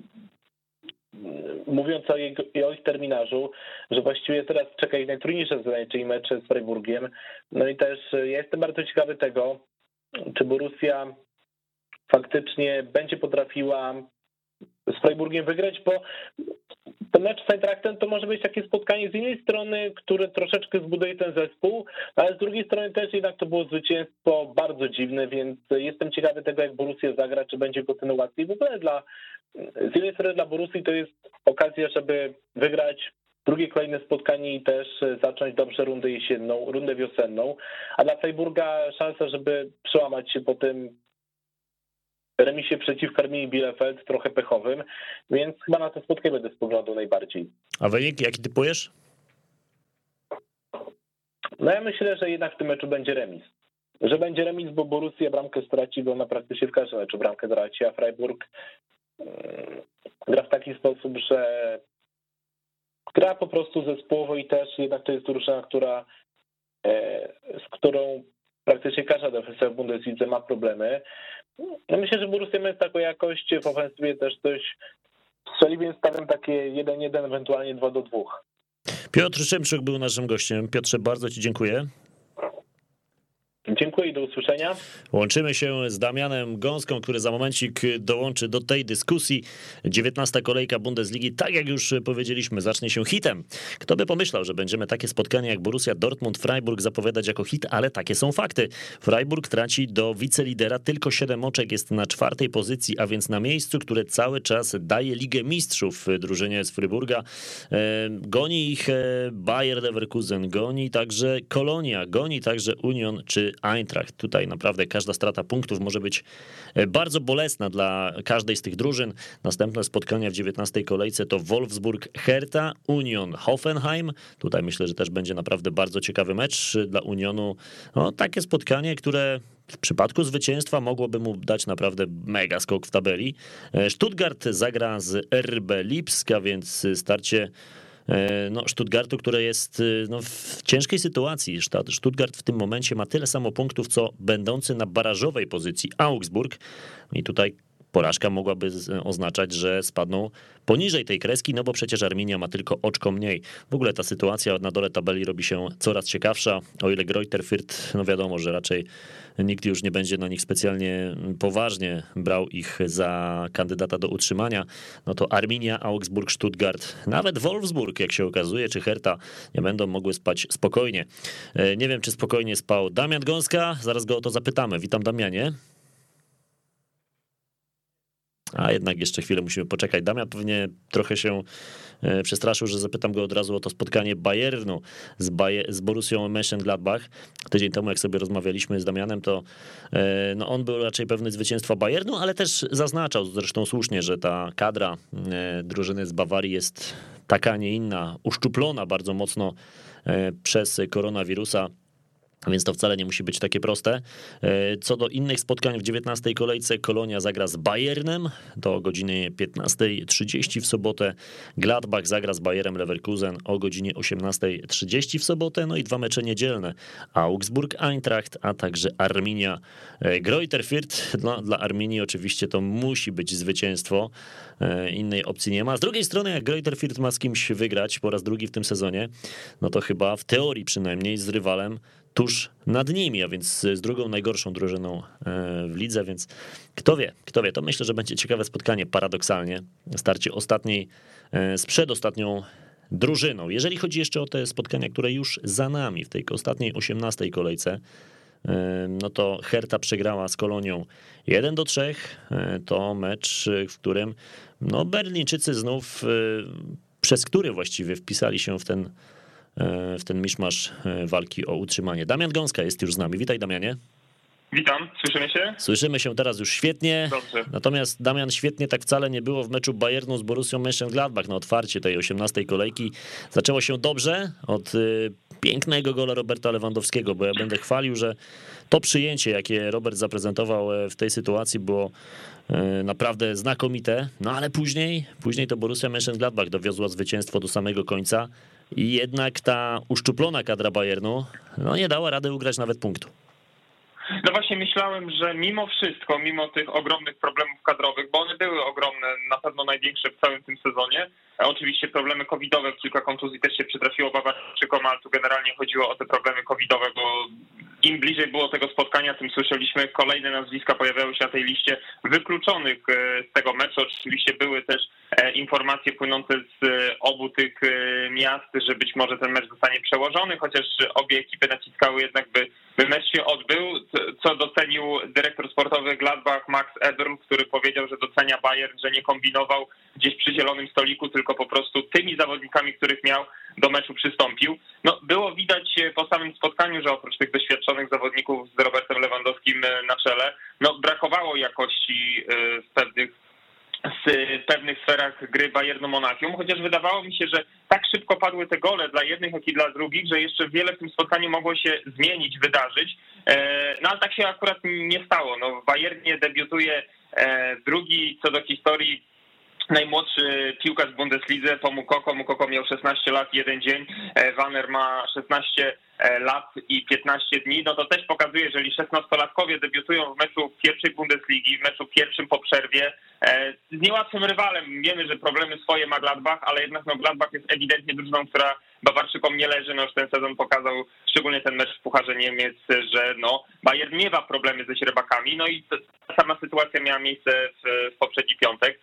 mówiąc o ich terminarzu, że właściwie teraz czeka ich najtrudniejsze zadanie, czyli mecze z Freiburgiem. No i też ja jestem bardzo ciekawy tego, czy Borussia faktycznie będzie potrafiła z Freiburgiem wygrać, bo ten mecz z Eintrachtem to może być takie spotkanie z jednej strony, które troszeczkę zbuduje ten zespół, ale z drugiej strony też jednak to było zwycięstwo bardzo dziwne, więc jestem ciekawy tego, jak Borussia zagra, czy będzie kontynuacji. W ogóle z jednej strony dla Borussii to jest okazja, żeby wygrać drugie kolejne spotkanie i też zacząć dobrze rundę jesienną, rundę wiosenną, a dla Freiburga szansa, żeby przełamać się po tym remisie przeciwko Armii Bielefeld, trochę pechowym, więc chyba na to spotkanie będę spoglądał najbardziej. A wynik jaki typujesz? No ja myślę, że jednak w tym meczu będzie remis. Że będzie remis, bo Borussia bramkę straci, bo ona praktycznie w każdym meczu bramkę traci, a Freiburg gra w taki sposób, że gra po prostu zespołowo i też jednak to jest drużyna, z którą praktycznie każda defensywa w Bundeslidze ma problemy. No myślę, że Borussia ma taką jakość w ofensywie też coś strzeli, więc stawiam takie 1-1, ewentualnie 2-2. Piotr Szymczyk był naszym gościem. Piotrze, bardzo Ci dziękuję. Dziękuję i do usłyszenia. Łączymy się z Damianem Gąską, który za momencik dołączy do tej dyskusji. 19. kolejka Bundesligi, tak jak już powiedzieliśmy, zacznie się hitem. Kto by pomyślał, że będziemy takie spotkanie jak Borussia Dortmund-Freiburg zapowiadać jako hit, ale takie są fakty. Freiburg traci do wicelidera tylko 7 oczek, jest na 4. pozycji, a więc na miejscu, które cały czas daje Ligę Mistrzów drużynie z Freiburga. Goni ich Bayer Leverkusen, goni także Kolonia, goni także Union czy Eintracht. Tutaj naprawdę każda strata punktów może być bardzo bolesna dla każdej z tych drużyn. Następne spotkania w 19. kolejce to Wolfsburg, Hertha, Union, Hoffenheim. Tutaj myślę, że też będzie naprawdę bardzo ciekawy mecz dla Unionu. No, takie spotkanie, które w przypadku zwycięstwa mogłoby mu dać naprawdę mega skok w tabeli. Stuttgart zagra z RB Lipsk, a więc starcie Stuttgartu, które jest w ciężkiej sytuacji. Stuttgart w tym momencie ma tyle samo punktów, co będący na barażowej pozycji Augsburg. I tutaj porażka mogłaby oznaczać, że spadną poniżej tej kreski, no bo przecież Arminia ma tylko oczko mniej. W ogóle ta sytuacja na dole tabeli robi się coraz ciekawsza. O ile Greuther Fürth, no wiadomo, że raczej nikt już nie będzie na nich specjalnie poważnie brał ich za kandydata do utrzymania, no to Arminia, Augsburg, Stuttgart, nawet Wolfsburg, jak się okazuje, czy Hertha nie będą mogły spać spokojnie. Nie wiem, czy spokojnie spał Damian Gąska, zaraz go o to zapytamy. Witam, Damianie. A jednak jeszcze chwilę musimy poczekać. Damian pewnie trochę się przestraszył, że zapytam go od razu o to spotkanie Bayernu z Borussią Mönchengladbach. Tydzień temu, jak sobie rozmawialiśmy z Damianem, to no on był raczej pewny zwycięstwa Bayernu, ale też zaznaczał zresztą słusznie, że ta kadra drużyny z Bawarii jest taka, a nie inna, uszczuplona bardzo mocno przez koronawirusa. Więc to wcale nie musi być takie proste. Co do innych spotkań w 19 kolejce, Kolonia zagra z Bayernem do o godzinie 15:30 w sobotę. Gladbach zagra z Bayerem Leverkusen o godzinie 18:30 w sobotę. No i 2 mecze niedzielne. Augsburg, Eintracht, a także Arminia, Greuther Fürth. Dla Arminii oczywiście to musi być zwycięstwo. Innej opcji nie ma. Z drugiej strony, jak Greuther Fürth ma z kimś wygrać po raz drugi w tym sezonie, no to chyba w teorii przynajmniej z rywalem tuż nad nimi, a więc z drugą najgorszą drużyną w lidze, więc kto wie, to myślę, że będzie ciekawe spotkanie paradoksalnie, starcie ostatniej z przedostatnią drużyną. Jeżeli chodzi jeszcze o te spotkania, które już za nami w tej ostatniej 18 kolejce, no to Hertha przegrała z Kolonią 1-3, to mecz, w którym no Berlińczycy znów, przez który właściwie wpisali się w ten miszmasz walki o utrzymanie. Damian Gąska jest już z nami. Witaj, Damianie. Witam, słyszymy się? Słyszymy się teraz już świetnie. Dobrze. Natomiast, Damian, świetnie tak wcale nie było w meczu Bayernu z Borussią Mönchengladbach na otwarcie tej 18 kolejki. Zaczęło się dobrze od pięknego gola Roberta Lewandowskiego, bo ja będę chwalił, że to przyjęcie, jakie Robert zaprezentował w tej sytuacji, było naprawdę znakomite. No ale później to Borussia Mönchengladbach dowiozła zwycięstwo do samego końca i jednak ta uszczuplona kadra Bayernu no nie dała rady ugrać nawet punktu. No właśnie myślałem, że mimo wszystko, mimo tych ogromnych problemów kadrowych, bo one były ogromne, na pewno największe w całym tym sezonie, oczywiście problemy covidowe, kilka kontuzji też się przytrafiło Bawarczykom, ale tu generalnie chodziło o te problemy covidowe, bo im bliżej było tego spotkania, tym słyszeliśmy, kolejne nazwiska pojawiały się na tej liście wykluczonych z tego meczu. Oczywiście były też informacje płynące z obu tych miast, że być może ten mecz zostanie przełożony, chociaż obie ekipy naciskały jednak, by mecz się odbył, co docenił dyrektor sportowy Gladbach Max Eberl, który powiedział, że docenia Bayern, że nie kombinował gdzieś przy zielonym stoliku, tylko po prostu tymi zawodnikami, których miał, do meczu przystąpił. No, było widać po samym spotkaniu, że oprócz tych doświadczonych zawodników z Robertem Lewandowskim na czele, no brakowało jakości w pewnych sferach gry Bayernu Monachium, chociaż wydawało mi się, że tak szybko padły te gole dla jednych, jak i dla drugich, że jeszcze wiele w tym spotkaniu mogło się zmienić, wydarzyć, no ale tak się akurat nie stało. No, w Bayernie debiutuje drugi co do historii najmłodszy piłkarz w Bundeslidze po Mukoko. Mukoko miał 16 lat, 1 dzień, Wanner ma 16 lat i 15 dni, no to też pokazuje, jeżeli 16-latkowie debiutują w meczu pierwszej Bundesligi, w meczu pierwszym po przerwie, z niełatwym rywalem. Wiemy, że problemy swoje ma Gladbach, ale jednak no Gladbach jest ewidentnie drużyną, która Bawarczykom nie leży. No już ten sezon pokazał, szczególnie ten mecz w Pucharze Niemiec, że no Bayern miewa problemy ze źrebakami, no i ta sama sytuacja miała miejsce w poprzedni piątek.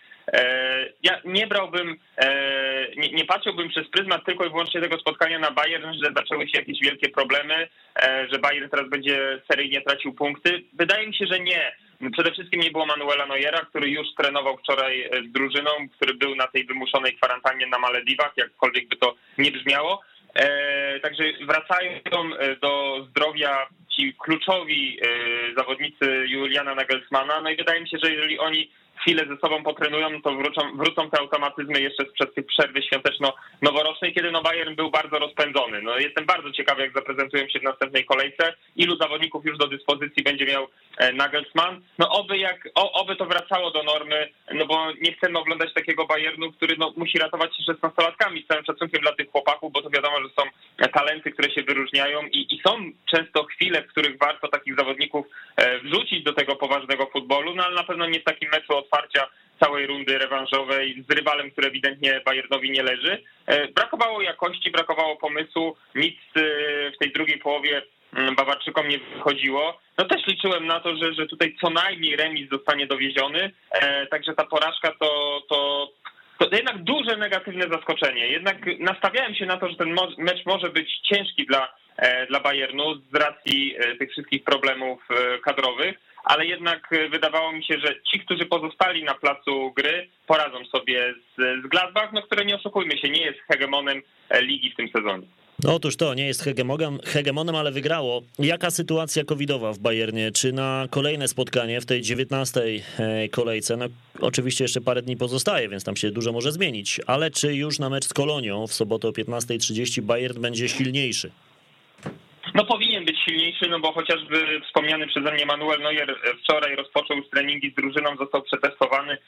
Ja nie brałbym, nie patrzyłbym przez pryzmat tylko i wyłącznie tego spotkania na Bayern, że zaczęły się jakieś wielkie problemy, że Bayern teraz będzie seryjnie tracił punkty. Wydaje mi się, że nie. Przede wszystkim nie było Manuela Neuera, który już trenował wczoraj z drużyną, który był na tej wymuszonej kwarantannie na Malediwach, jakkolwiek by to nie brzmiało. Także wracają do zdrowia ci kluczowi zawodnicy Juliana Nagelsmana, no i wydaje mi się, że jeżeli oni chwilę ze sobą potrenują, to wrócą te automatyzmy jeszcze sprzed tej przerwy świąteczno-noworocznej, kiedy no Bayern był bardzo rozpędzony. No jestem bardzo ciekawy, jak zaprezentują się w następnej kolejce, ilu zawodników już do dyspozycji będzie miał Nagelsmann. No oby to wracało do normy, no bo nie chcemy oglądać takiego Bayernu, który no musi ratować się 16-latkami, z całym szacunkiem dla tych chłopaków, bo to wiadomo, że są talenty, które się wyróżniają i są często chwile, w których warto takich zawodników wrzucić do tego poważnego futbolu, no ale na pewno nie w takim meczu otwarcia całej rundy rewanżowej z rywalem, który ewidentnie Bayernowi nie leży. Brakowało jakości, brakowało pomysłu, nic w tej drugiej połowie Bawarczykom nie wychodziło. No też liczyłem na to, że tutaj co najmniej remis zostanie dowieziony, także ta porażka to jednak duże negatywne zaskoczenie. Jednak nastawiałem się na to, że ten mecz może być ciężki dla Bayernu z racji tych wszystkich problemów kadrowych, ale jednak wydawało mi się, że ci, którzy pozostali na placu gry, poradzą sobie z Gladbach, no które, nie oszukujmy się, nie jest hegemonem ligi w tym sezonie. No otóż to, nie jest hegemonem, ale wygrało. Jaka sytuacja covidowa w Bayernie? Czy na kolejne spotkanie w tej 19. kolejce, no oczywiście jeszcze parę dni pozostaje, więc tam się dużo może zmienić, ale czy już na mecz z Kolonią w sobotę o 15:30 Bayern będzie silniejszy? No powinien być silniejszy, no bo chociażby wspomniany przeze mnie Manuel Neuer wczoraj rozpoczął już treningi z drużyną, został przetestowany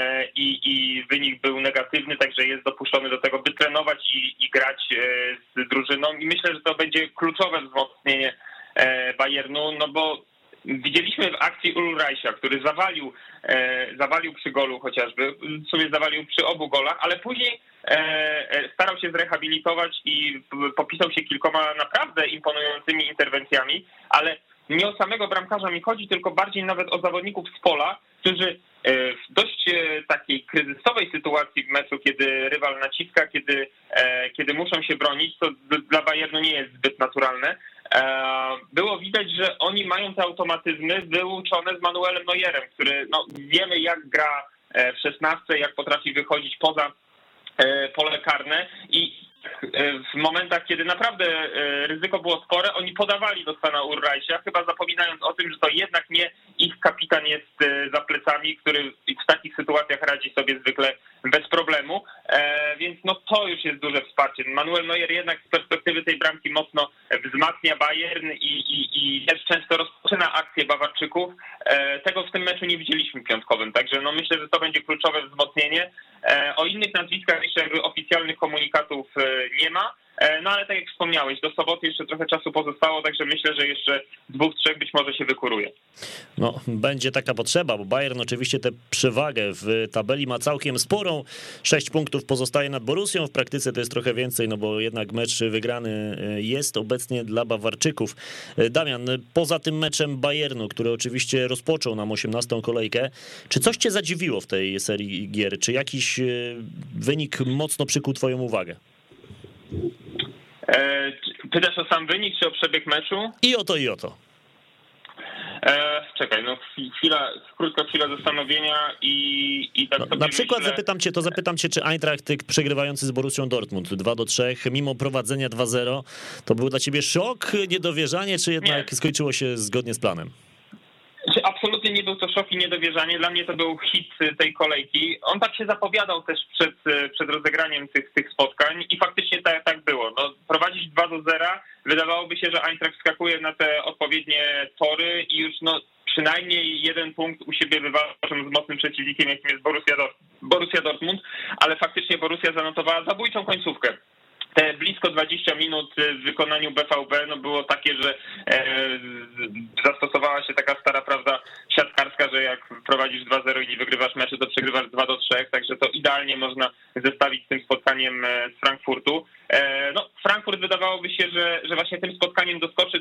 i wynik był negatywny, także jest dopuszczony do tego, by trenować i grać z drużyną i myślę, że to będzie kluczowe wzmocnienie Bayernu, no bo widzieliśmy w akcji Ulreicha, który zawalił przy golu chociażby, w sumie zawalił przy obu golach, ale później starał się zrehabilitować i popisał się kilkoma naprawdę imponującymi interwencjami, ale nie o samego bramkarza mi chodzi, tylko bardziej nawet o zawodników z pola, którzy w dość takiej kryzysowej sytuacji w meczu, kiedy rywal naciska, kiedy muszą się bronić, to dla Bayernu nie jest zbyt naturalne. Było widać, że oni mają te automatyzmy wyuczone z Manuelem Neuerem, który no, wiemy jak gra w 16, jak potrafi wychodzić poza pole karne i w momentach, kiedy naprawdę ryzyko było spore, oni podawali do Stana Ulreicha, chyba zapominając o tym, że to jednak nie ich kapitan jest za plecami, który w takich sytuacjach radzi sobie zwykle bez problemu, więc no to już jest duże wsparcie. Manuel Neuer jednak z perspektywy tej bramki mocno wzmacnia Bayern i też często rozpoczyna akcję Bawarczyków. Tego w tym meczu nie widzieliśmy piątkowym, także no myślę, że to będzie kluczowe wzmocnienie. O innych nazwiskach jeszcze jakby oficjalnych komunikatów nie ma, no ale tak jak wspomniałeś, do soboty jeszcze trochę czasu pozostało, także myślę, że jeszcze 2-3 być może się wykuruje. No, będzie taka potrzeba, bo Bayern oczywiście tę przewagę w tabeli ma całkiem sporą. 6 punktów pozostaje nad Borussią, w praktyce to jest trochę więcej, no bo jednak mecz wygrany jest obecnie dla Bawarczyków. Damian, poza tym meczem Bayernu, który oczywiście rozpoczął nam 18. kolejkę, czy coś cię zadziwiło w tej serii gier? Czy jakiś wynik mocno przykuł twoją uwagę? Pytasz o sam wynik, czy o przebieg meczu? I o to, i o to. Czekaj, no krótka chwila zastanowienia i tak sobie na przykład myślę... zapytam cię, czy Eintracht przegrywający z Borussią Dortmund 2-3, mimo prowadzenia 2-0, to był dla ciebie szok, niedowierzanie, czy jednak skończyło się zgodnie z planem? Absolutnie nie był to szok i niedowierzanie. Dla mnie to był hit tej kolejki. On tak się zapowiadał też przed rozegraniem tych spotkań i faktycznie tak było. No, prowadzić 2-0, wydawałoby się, że Eintracht wskakuje na te odpowiednie tory i już no, przynajmniej 1 punkt u siebie wywalczą z mocnym przeciwnikiem, jakim jest Borussia Dortmund, ale faktycznie Borussia zanotowała zabójczą końcówkę. Te blisko 20 minut w wykonaniu BVB no było takie, że zastosowała się taka stara prawda siatkarska, że jak prowadzisz 2-0 i nie wygrywasz meczu, to przegrywasz 2-3, także to idealnie można zestawić z tym spotkaniem z Frankfurtu. No, Frankfurt wydawałoby się, że właśnie tym spotkaniem doskoczy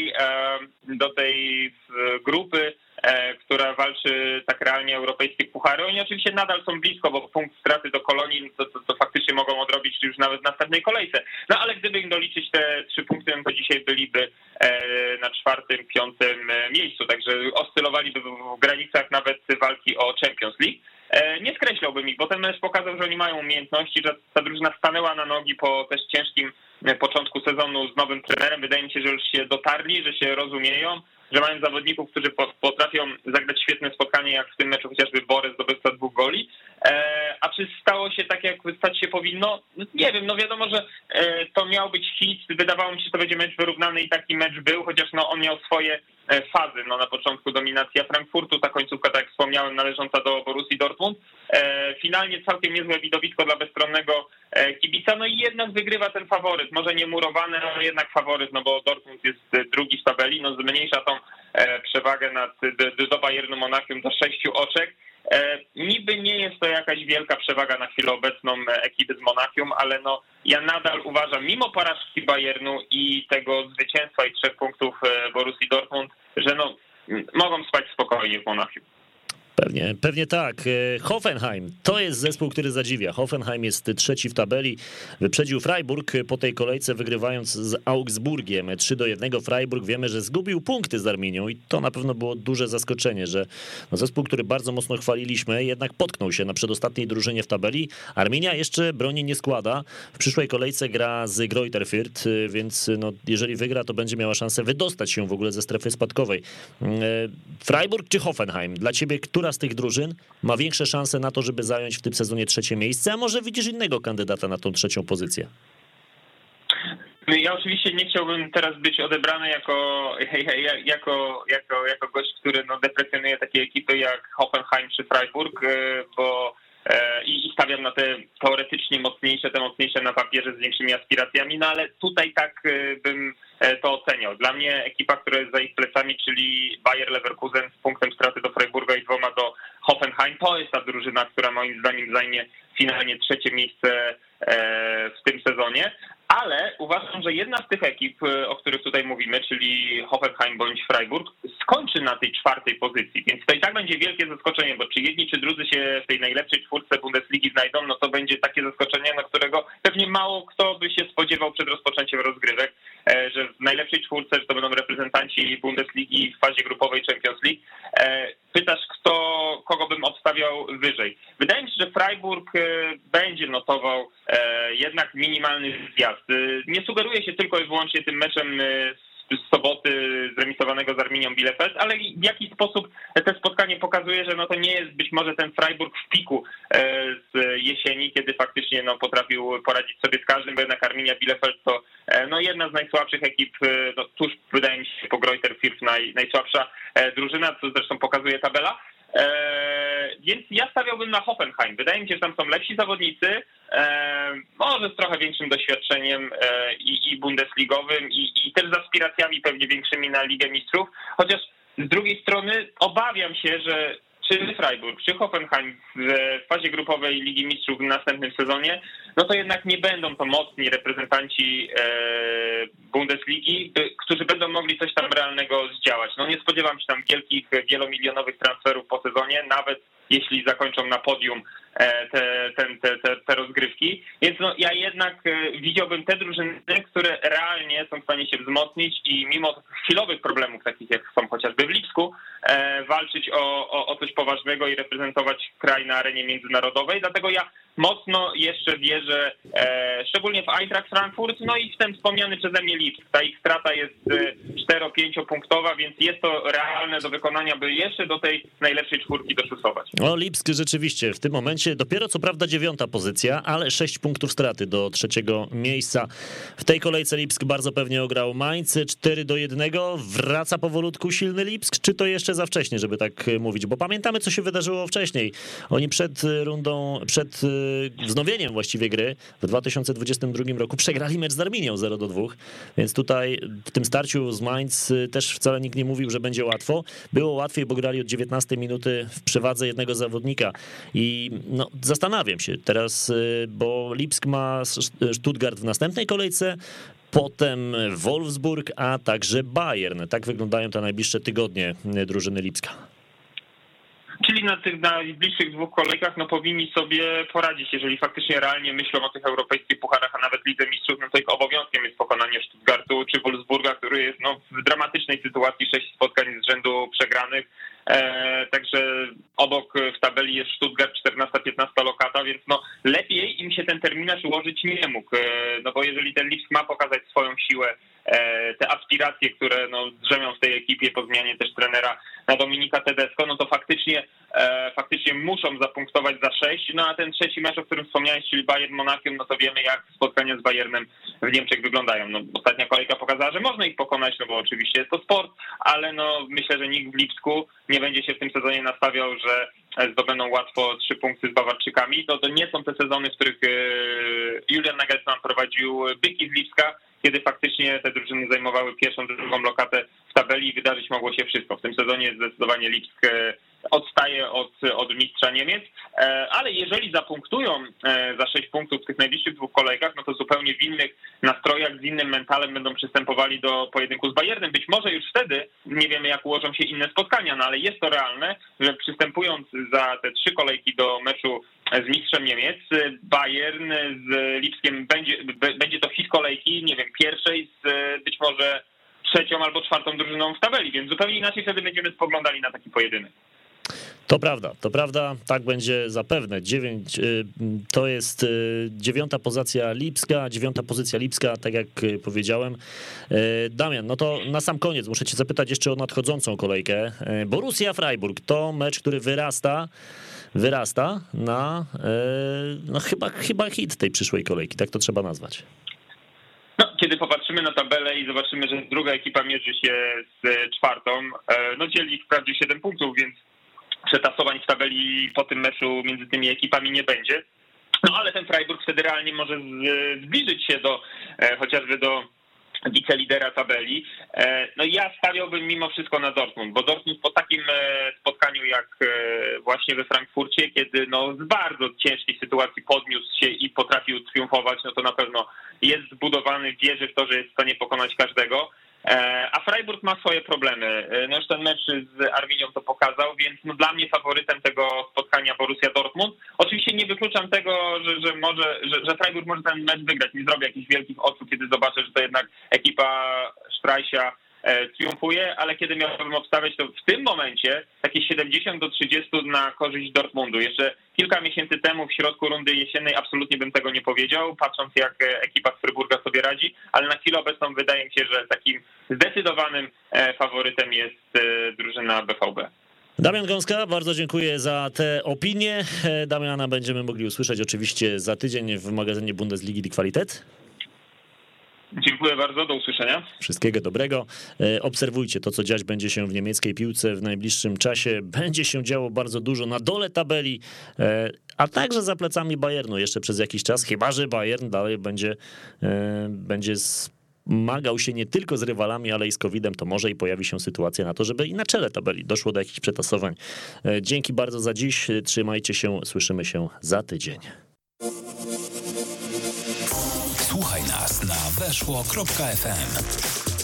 do tej grupy, która walczy tak realnie o europejskie puchary. Oni oczywiście nadal są blisko, bo punkt straty do Kolonii to faktycznie mogą odrobić już nawet w następnej kolejce. No ale gdyby im doliczyć te 3 punkty, to dzisiaj byliby na 4., 5. miejscu. Także oscylowaliby w granicach nawet walki o Champions League. Nie skreślałbym ich, bo ten mecz pokazał, że oni mają umiejętności, że ta drużyna stanęła na nogi po też ciężkim początku sezonu z nowym trenerem. Wydaje mi się, że już się dotarli, że się rozumieją, że mają zawodników, którzy potrafią zagrać świetne spotkanie, jak w tym meczu chociażby Borys zdobywca 2 goli. A czy stało się tak, jak stać się powinno? Nie wiem, no wiadomo, że to miał być hit. Wydawało mi się, że to będzie mecz wyrównany i taki mecz był, chociaż no on miał swoje fazy. No na początku dominacja Frankfurtu, ta końcówka, tak jak wspomniałem, należąca do Borussii Dortmund. Finalnie całkiem niezłe widowisko dla bezstronnego kibica, no i jednak wygrywa ten faworyt. Może nie murowany, ale jednak faworyt, no bo Dortmund jest drugi w tabeli, no zmniejsza tą przewagę do Bayernu Monachium do 6 oczek. Niby nie jest to jakaś wielka przewaga na chwilę obecną ekipy z Monachium, ale no ja nadal uważam, mimo porażki Bayernu i tego zwycięstwa i 3 punktów Borussii Dortmund, że no mogą spać spokojnie w Monachium. Pewnie tak. Hoffenheim to jest zespół, który zadziwia. Hoffenheim jest trzeci w tabeli. Wyprzedził Freiburg po tej kolejce, wygrywając z Augsburgiem 3-1. Freiburg wiemy, że zgubił punkty z Arminią i to na pewno było duże zaskoczenie, że zespół, który bardzo mocno chwaliliśmy, jednak potknął się na przedostatniej drużynie w tabeli. Arminia jeszcze broni nie składa. W przyszłej kolejce gra z Greuther Fürth, więc jeżeli wygra, to będzie miała szansę wydostać się w ogóle ze strefy spadkowej. Freiburg czy Hoffenheim? Dla ciebie która z tych drużyn ma większe szanse na to, żeby zająć w tym sezonie trzecie miejsce, a może widzisz innego kandydata na tą trzecią pozycję? Ja oczywiście nie chciałbym teraz być odebrany jako gość, który deprecjonuje takie ekipy jak Hoffenheim czy Freiburg, bo i stawiam na te teoretycznie mocniejsze na papierze z większymi aspiracjami, no ale tutaj tak bym to oceniał. Dla mnie ekipa, która jest za ich plecami, czyli Bayer Leverkusen z punktem straty do Freiburga i 2 do Hoffenheim, to jest ta drużyna, która moim zdaniem zajmie finalnie trzecie miejsce w tym sezonie. Ale uważam, że jedna z tych ekip, o których tutaj mówimy, czyli Hoffenheim bądź Freiburg, skończy na tej czwartej pozycji, więc to i tak będzie wielkie zaskoczenie, bo czy jedni, czy drudzy się w tej najlepszej czwórce Bundesligi znajdą, no to będzie takie zaskoczenie, na którego pewnie mało kto by się spodziewał przed rozpoczęciem rozgrywek, że w najlepszej czwórce, że to będą reprezentanci Bundesligi w fazie grupowej Champions League. Pytasz, kogo bym obstawiał wyżej. Wydaje mi się, że Freiburg będzie notował jednak minimalny zjazd. Nie sugeruje się tylko i wyłącznie tym meczem z soboty zremisowanego z Arminią Bielefeld, ale w jakiś sposób to spotkanie pokazuje, że to nie jest być może ten Freiburg w piku z jesieni, kiedy faktycznie potrafił poradzić sobie z każdym, bo jednak Arminia Bielefeld to jedna z najsłabszych ekip, tuż wydaje mi się po Greuther Fürth najsłabsza drużyna, co zresztą pokazuje tabela. Więc ja stawiałbym na Hoffenheim. Wydaje mi się, że tam są lepsi zawodnicy, może z trochę większym doświadczeniem i bundesligowym i też z aspiracjami pewnie większymi na Ligę Mistrzów, chociaż z drugiej strony obawiam się, że czy Freiburg, czy Hoffenheim w fazie grupowej Ligi Mistrzów w następnym sezonie, to jednak nie będą to mocni reprezentanci Bundesligi, którzy będą mogli coś tam realnego zdziałać. Nie spodziewam się tam wielkich, wielomilionowych transferów po sezonie, nawet jeśli zakończą na podium te rozgrywki. Więc ja jednak widziałbym te drużyny, które realnie są w stanie się wzmocnić i mimo chwilowych problemów, takich jak są chociażby w Lipsku, walczyć o coś poważnego i reprezentować kraj na arenie międzynarodowej. Dlatego ja mocno jeszcze wierzę, szczególnie w Eintracht Frankfurt, i w ten wspomniany przeze mnie Lipsk. Ta ich strata jest 4-5 punktowa, więc jest to realne do wykonania, by jeszcze do tej najlepszej czwórki doszusować. Lipsk rzeczywiście w tym momencie dopiero co prawda 9. pozycja, ale 6 punktów straty do trzeciego miejsca. W tej kolejce Lipsk bardzo pewnie ograł Mainz 4-1. Wraca powolutku silny Lipsk, czy to jeszcze za wcześnie, żeby tak mówić? Bo pamiętamy, co się wydarzyło wcześniej. Oni przed wznowieniem właściwie gry w 2022 roku przegrali mecz z Arminią 0-2, więc tutaj w tym starciu z Mainz też wcale nikt nie mówił, że będzie łatwo. Było łatwiej, bo grali od 19 minuty w przewadze jednego zawodnika i zastanawiam się teraz, bo Lipsk ma Stuttgart w następnej kolejce, potem Wolfsburg, a także Bayern. Tak wyglądają te najbliższe tygodnie drużyny Lipska. Czyli na tych najbliższych 2 kolejkach powinni sobie poradzić, jeżeli faktycznie realnie myślą o tych europejskich pucharach, a nawet Lidze Mistrzów, to ich obowiązkiem jest pokonanie Stuttgartu czy Wolfsburga, który jest w dramatycznej sytuacji, 6 spotkań z rzędu przegranych. Także obok w tabeli jest Stuttgart, 14-15 lokata, więc lepiej im się ten terminarz ułożyć nie mógł, bo jeżeli ten Lipsk ma pokazać swoją siłę, te aspiracje, które drzemią w tej ekipie po zmianie też trenera na Dominika Tedesco, to faktycznie muszą zapunktować za 6, a ten trzeci mecz, o którym wspomniałeś, czyli Bayern Monachium, to wiemy, jak spotkania z Bayernem w Niemczech wyglądają. Ostatnia kolejka pokazała, że można ich pokonać, bo oczywiście jest to sport, ale myślę, że nikt w Lipsku nie będzie się w tym sezonie nastawiał, że zdobędą łatwo 3 punkty z Bawarczykami. To nie są te sezony, w których Julian Nagelsmann prowadził byki z Lipska, kiedy faktycznie te drużyny zajmowały pierwszą, drugą lokatę w tabeli i wydarzyć mogło się wszystko. W tym sezonie zdecydowanie Lipsk odstaje od mistrza Niemiec, ale jeżeli zapunktują za 6 punktów w tych najbliższych 2 kolejkach, no to zupełnie w innych nastrojach, z innym mentalem będą przystępowali do pojedynku z Bayernem. Być może już wtedy nie wiemy, jak ułożą się inne spotkania, no ale jest to realne, że przystępując za te 3 kolejki do meczu z mistrzem Niemiec, Bayern z Lipskiem będzie to hit kolejki, nie wiem, pierwszej z być może 3. albo 4. drużyną w tabeli, więc zupełnie inaczej wtedy będziemy spoglądali na taki pojedynek. To prawda, tak będzie zapewne. To jest 9. pozycja Lipska, tak jak powiedziałem. Damian, no to na sam koniec muszę cię zapytać jeszcze o nadchodzącą kolejkę. Borussia Freiburg to mecz, który wyrasta na no chyba hit tej przyszłej kolejki, tak to trzeba nazwać. No, kiedy popatrzymy na tabelę i zobaczymy, że druga ekipa mierzy się z 4., no dzieli ich wprawdzie 7 punktów, więc przetasowań w tabeli po tym meczu między tymi ekipami nie będzie. No ale ten Freiburg wtedy realnie może zbliżyć się chociażby do wicelidera tabeli. No i ja stawiałbym mimo wszystko na Dortmund, bo Dortmund po takim spotkaniu jak właśnie we Frankfurcie, kiedy no z bardzo ciężkiej sytuacji podniósł się i potrafił triumfować, no to na pewno jest zbudowany, wierzy w to, że jest w stanie pokonać każdego. A Freiburg ma swoje problemy. No już ten mecz z Arminią to pokazał, więc no dla mnie faworytem tego spotkania Borussia Dortmund. Oczywiście nie wykluczam tego, że Freiburg może ten mecz wygrać. Nie zrobię jakichś wielkich oczu, kiedy zobaczę, że to jednak ekipa Streicha triumfuje, ale kiedy miałbym obstawiać, to w tym momencie takie 70-30 na korzyść Dortmundu. Jeszcze kilka miesięcy temu w środku rundy jesiennej absolutnie bym tego nie powiedział, patrząc jak ekipa z Freiburga sobie radzi, ale na chwilę obecną wydaje mi się, że takim zdecydowanym faworytem jest drużyna BVB. Damian Gąska, bardzo dziękuję za te opinie. Damiana będziemy mogli usłyszeć oczywiście za tydzień w magazynie Bundesligi Die Qualität. Dziękuję bardzo, do usłyszenia. Wszystkiego dobrego. Obserwujcie to, co dziać będzie się w niemieckiej piłce w najbliższym czasie. Będzie się działo bardzo dużo na dole tabeli, a także za plecami Bayernu jeszcze przez jakiś czas, chyba że Bayern dalej będzie zmagał się nie tylko z rywalami, ale i z COVID-em, to może i pojawi się sytuacja na to, żeby i na czele tabeli doszło do jakichś przetasowań. Dzięki bardzo za dziś. Trzymajcie się, słyszymy się za tydzień. Słuchaj nas na weszło.fm.